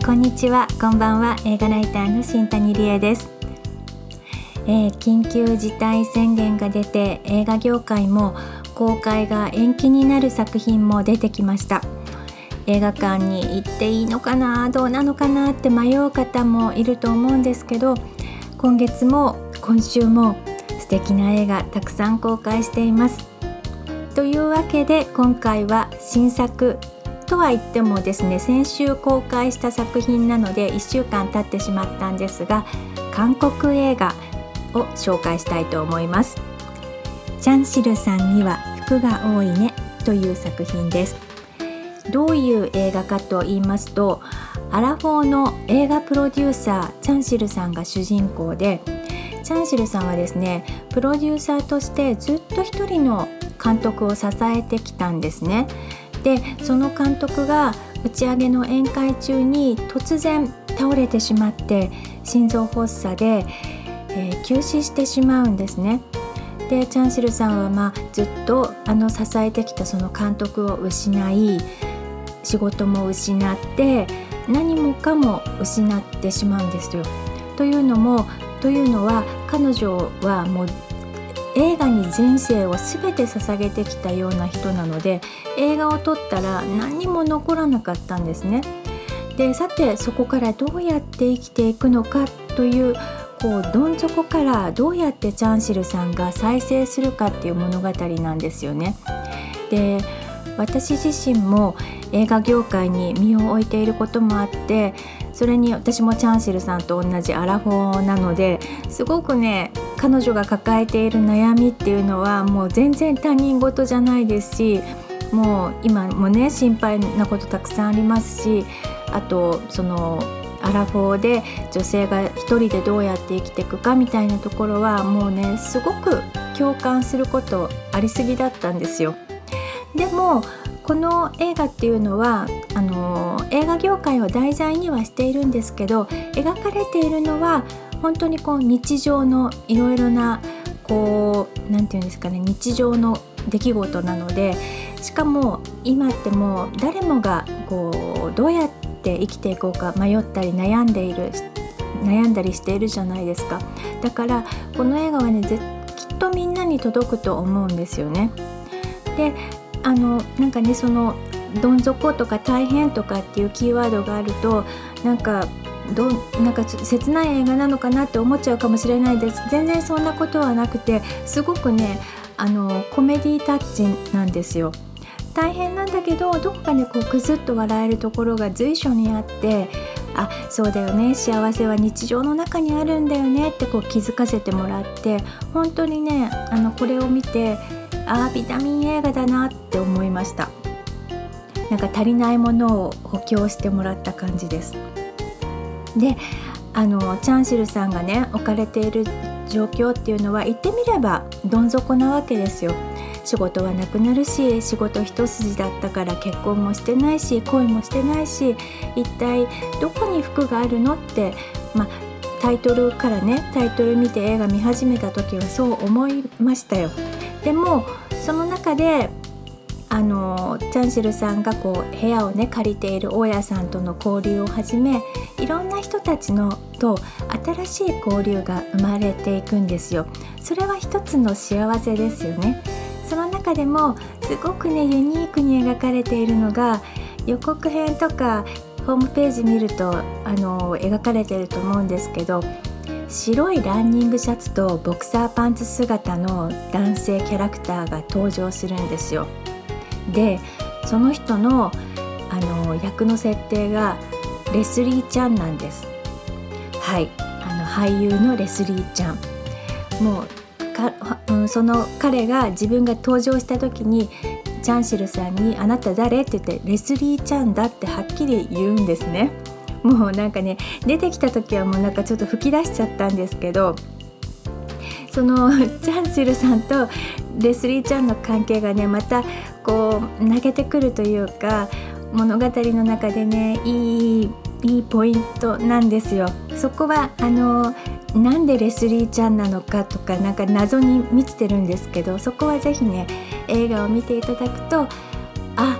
こんにちは、こんばんは。映画ライターの新谷理恵です。緊急事態宣言が出て、映画業界も公開が延期になる作品も出てきました。映画館に行っていいのかな、どうなのかなって迷う方もいると思うんですけど、今月も今週も素敵な映画たくさん公開しています。というわけで今回は新作とは言ってもですね、先週公開した作品なので1週間経ってしまったんですが、韓国映画を紹介したいと思います。チャンシルさんには服が多いねという作品です。どういう映画かと言いますと、アラフォーの映画プロデューサーチャンシルさんが主人公で、チャンシルさんはですね、プロデューサーとしてずっと一人の監督を支えてきたんですね。で、その監督が打ち上げの宴会中に突然倒れてしまって心臓発作で、急死してしまうんですね。で、チャンシルさんはずっと支えてきたその監督を失い、仕事も失って何もかも失ってしまうんですよ。というのは彼女はもう映画に人生を全て捧げてきたような人なので、映画を撮ったら何も残らなかったんですね。で、さてそこからどうやって生きていくのかという、どん底からどうやってチャンシルさんが再生するかっていう物語なんですよね。で、私自身も映画業界に身を置いていることもあって、それに私もチャンシルさんと同じアラフォーなので、すごくね、彼女が抱えている悩みっていうのはもう全然他人事じゃないですし、もう今もね、心配なことたくさんありますし、あとそのアラフォーで女性が一人でどうやって生きていくかみたいなところはもうね、すごく共感することありすぎだったんですよ。でもこの映画っていうのは映画業界を題材にはしているんですけど、描かれているのは本当に日常のいろいろななんていうんですかね、日常の出来事なので、しかも今ってもう誰もがどうやって生きていこうか迷ったり悩んだりしているじゃないですか。だからこの映画はね、きっとみんなに届くと思うんですよね。で、なんかね、そのどん底とか大変とかっていうキーワードがあると、なんか切ない映画なのかなって思っちゃうかもしれないです。全然そんなことはなくて、すごくね、コメディタッチなんですよ。大変なんだけど、どこかねくずっと笑えるところが随所にあって、あ、そうだよね、幸せは日常の中にあるんだよねって気づかせてもらって、本当にね、これを見て、ビタミン映画だなって思いました。なんか足りないものを補強してもらった感じです。で、チャンシルさんがね置かれている状況っていうのは、言ってみればどん底なわけですよ。仕事はなくなるし、仕事一筋だったから結婚もしてないし、恋もしてないし、一体どこに服があるのって、タイトル見て映画見始めた時はそう思いましたよ。でもその中でチャンシルさんが部屋をね借りている大家さんとの交流をはじめ、いろんな人たちと新しい交流が生まれていくんですよ。それは一つの幸せですよね。その中でもすごくね、ユニークに描かれているのが、予告編とかホームページ見ると描かれていると思うんですけど、白いランニングシャツとボクサーパンツ姿の男性キャラクターが登場するんですよ。で、その人の役の設定がレスリーちゃんなんです。はい、俳優のレスリーちゃん。もうその彼が自分が登場した時に、チャンシルさんにあなた誰って言って、レスリーちゃんだってはっきり言うんですね。もうなんかね、出てきた時はもうなんかちょっと吹き出しちゃったんですけど、そのチャンシルさんとレスリーちゃんの関係がね、また泣けてくるというか、物語の中でね、いいポイントなんですよ。そこはなんでレスリーちゃんなのかとか、なんか謎に満ちてるんですけど、そこはぜひね映画を見ていただくと、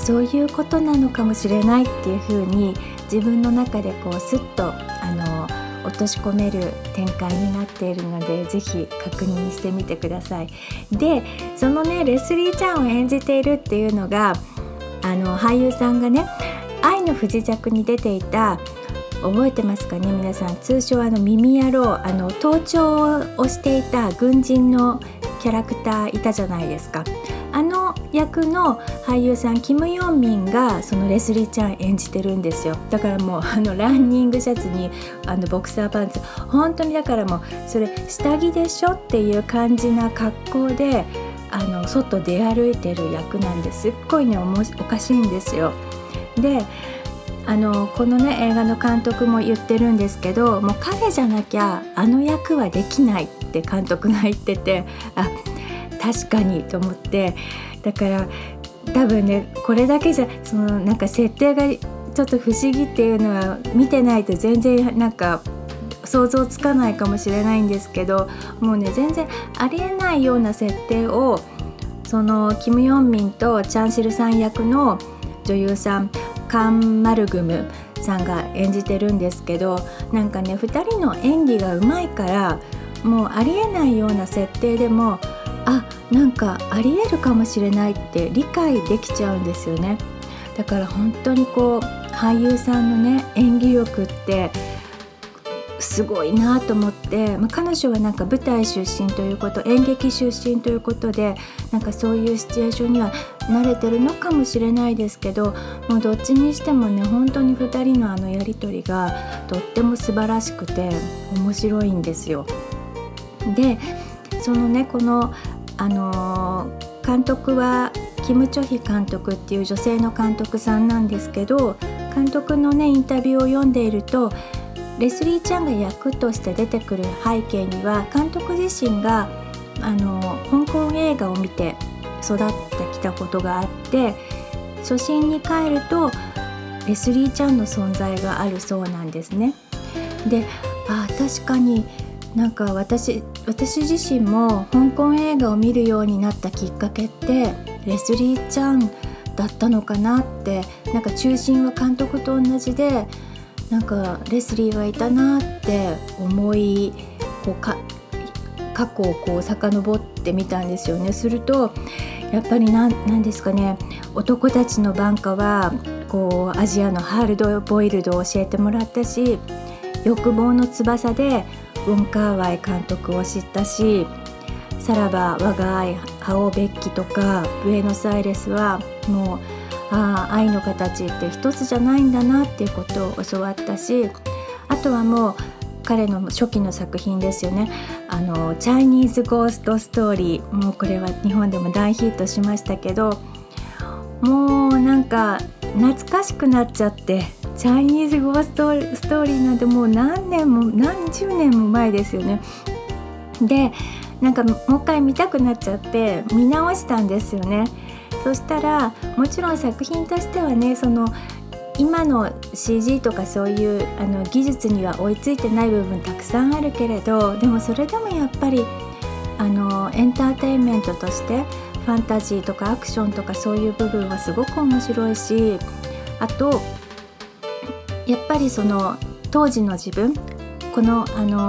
そういうことなのかもしれないっていう風に自分の中でこうスッと落とし込める展開になっているので、ぜひ確認してみてください。でそのねレスリーちゃんを演じているっていうのが俳優さんがね愛の不時着に出ていた、覚えてますかね皆さん、通称耳野郎、盗聴をしていた軍人のキャラクターいたじゃないですか。役の俳優さんキム・ヨンミンがそのレスリーちゃん演じてるんですよ。だからもうランニングシャツにボクサーパンツ、本当にだからもうそれ下着でしょっていう感じな格好で外出歩いてる役なんです。すっごいねおかしいんですよ。でこのね映画の監督も言ってるんですけど、もう彼じゃなきゃ役はできないって監督が言ってて、確かにと思って、だから多分ねこれだけじゃなんか設定がちょっと不思議っていうのは見てないと全然なんか想像つかないかもしれないんですけど、もうね全然ありえないような設定をそのキム・ヨンミンとチャンシルさん役の女優さんカン・マルグムさんが演じてるんですけど、なんかね2人の演技がうまいからもうありえないような設定でもなんかありえるかもしれないって理解できちゃうんですよね。だから本当にこう俳優さんのね演技力ってすごいなと思って、彼女はなんか舞台出身ということ、演劇出身ということでなんかそういうシチュエーションには慣れてるのかもしれないですけど、もうどっちにしてもね本当に2人のやり取りがとっても素晴らしくて面白いんですよ。でそのねこの監督はキム・チョヒ監督っていう女性の監督さんなんですけど、監督のねインタビューを読んでいるとレスリーちゃんが役として出てくる背景には監督自身が香港映画を見て育ってきたことがあって、初心に帰るとレスリーちゃんの存在があるそうなんですね。で確かになんか私自身も香港映画を見るようになったきっかけってレスリーちゃんだったのかなって、なんか中心は監督と同じでなんかレスリーがいたなって思い過去をこう遡ってみたんですよね。するとやっぱりなんですかね、男たちの挽歌はこうアジアのハールドボイルドを教えてもらったし、欲望の翼でウォン・カーワイ監督を知ったし、さらば我が愛ハオ・ベッキとかブエノスアイレスはもう愛の形って一つじゃないんだなっていうことを教わったし、あとはもう彼の初期の作品ですよね、チャイニーズゴーストストーリー、もうこれは日本でも大ヒットしましたけど、もうなんか懐かしくなっちゃって、チャイニーズゴーストストーリーなんてもう何十年も前ですよね。でなんかもう一回見たくなっちゃって見直したんですよね。そしたらもちろん作品としてはね、その今の CG とかそういう技術には追いついてない部分たくさんあるけれど、でもそれでもやっぱりエンターテインメントとしてファンタジーとかアクションとかそういう部分はすごく面白いし、あとやっぱりその当時の自分、この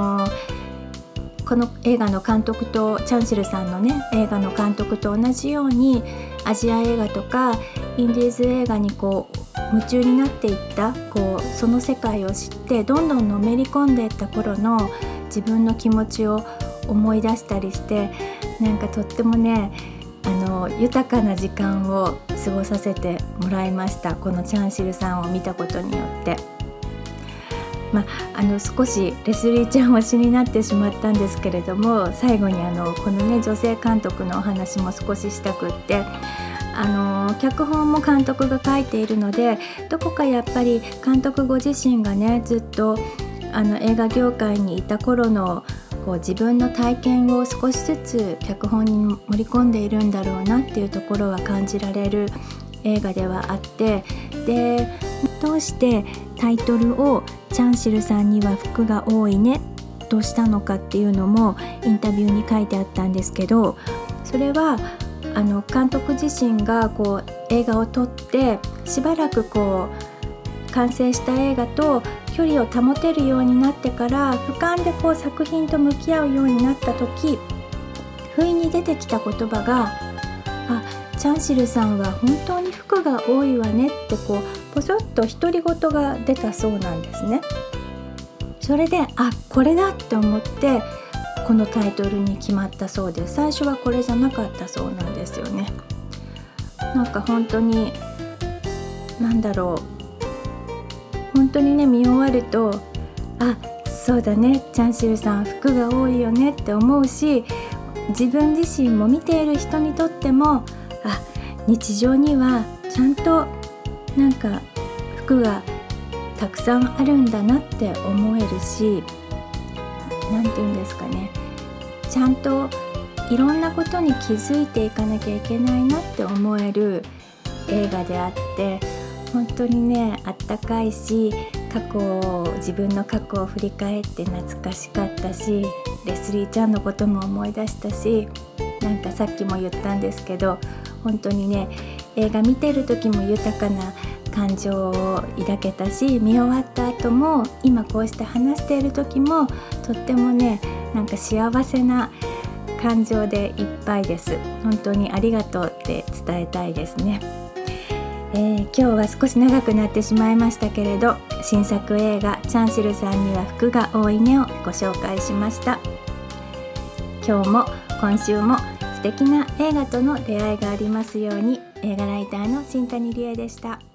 映画の監督とチャンシルさんのね映画の監督と同じようにアジア映画とかインディーズ映画にこう夢中になっていったその世界を知ってどんどんのめり込んでいった頃の自分の気持ちを思い出したりして、なんかとってもね豊かな時間を過ごさせてもらいました。このチャンシルさんを見たことによって、少しレスリーちゃん推しになってしまったんですけれども、最後にこのね女性監督のお話も少ししたくって、脚本も監督が書いているので、どこかやっぱり監督ご自身がねずっと映画業界にいた頃の自分の体験を少しずつ脚本に盛り込んでいるんだろうなっていうところは感じられる映画ではあって、でどうしてタイトルをチャンシルさんには服が多いねとしたのかっていうのもインタビューに書いてあったんですけど、それは監督自身が映画を撮ってしばらく完成した映画と距離を保てるようになってから俯瞰で作品と向き合うようになった時、不意に出てきた言葉がチャンシルさんは本当に服が多いわねってポソッと独り言が出たそうなんですね。それでこれだって思ってこのタイトルに決まったそうです。最初はこれじゃなかったそうなんですよね。本当に本当にね、見終わるとそうだね、チャンシルさん服が多いよねって思うし、自分自身も見ている人にとっても日常にはちゃんと服がたくさんあるんだなって思えるし、なんていうんですかね、ちゃんといろんなことに気づいていかなきゃいけないなって思える映画であって、本当にね、あったかいし、自分の過去を振り返って懐かしかったし、レスリーちゃんのことも思い出したし、さっきも言ったんですけど、本当にね、映画見てる時も豊かな感情を抱けたし、見終わった後も今こうして話している時もとってもね、幸せな感情でいっぱいです。本当にありがとうって伝えたいですね。今日は少し長くなってしまいましたけれど、新作映画チャンシルさんには服が多いねをご紹介しました。今日も今週も素敵な映画との出会いがありますように。映画ライターの新谷理恵でした。